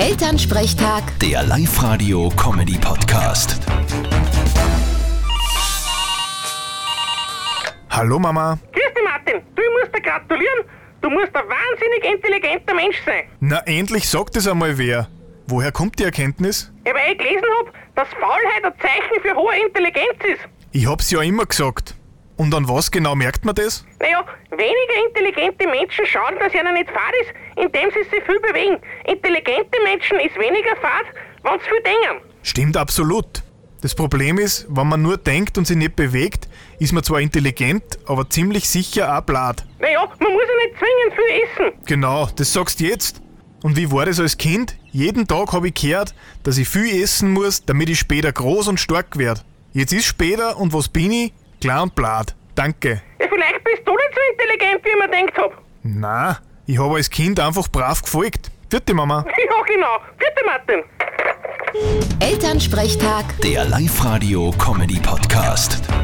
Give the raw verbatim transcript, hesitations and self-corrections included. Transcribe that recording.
Elternsprechtag, Der Live-Radio-Comedy-Podcast. Hallo Mama. Grüß dich, Martin. Du, ich muss dir gratulieren. Du musst ein wahnsinnig intelligenter Mensch sein. Na endlich sagt es einmal wer. Woher kommt die Erkenntnis? Ja, weil ich gelesen habe, dass Faulheit ein Zeichen für hohe Intelligenz ist. Ich hab's ja immer gesagt. Und an was genau merkt man das? Naja, weniger intelligente Menschen schauen, dass ihnen nicht fad ist, indem sie sich viel bewegen. Intelligente Menschen ist weniger fad, wenn sie viel denken. Stimmt absolut. Das Problem ist, wenn man nur denkt und sich nicht bewegt, ist man zwar intelligent, aber ziemlich sicher auch blöd. Naja, man muss ja nicht zwingend viel essen. Genau, das sagst du jetzt. Und wie war das als Kind? Jeden Tag habe ich gehört, dass ich viel essen muss, damit ich später groß und stark werde. Jetzt ist später und was bin ich? Klar und blöd. Danke. Ja, vielleicht bist du nicht so intelligent, wie ich mir gedacht habe. Na, ich habe als Kind einfach brav gefolgt. Vierte Mama. Ja, genau. Bitte, Martin. Elternsprechtag. Der Live-Radio-Comedy-Podcast.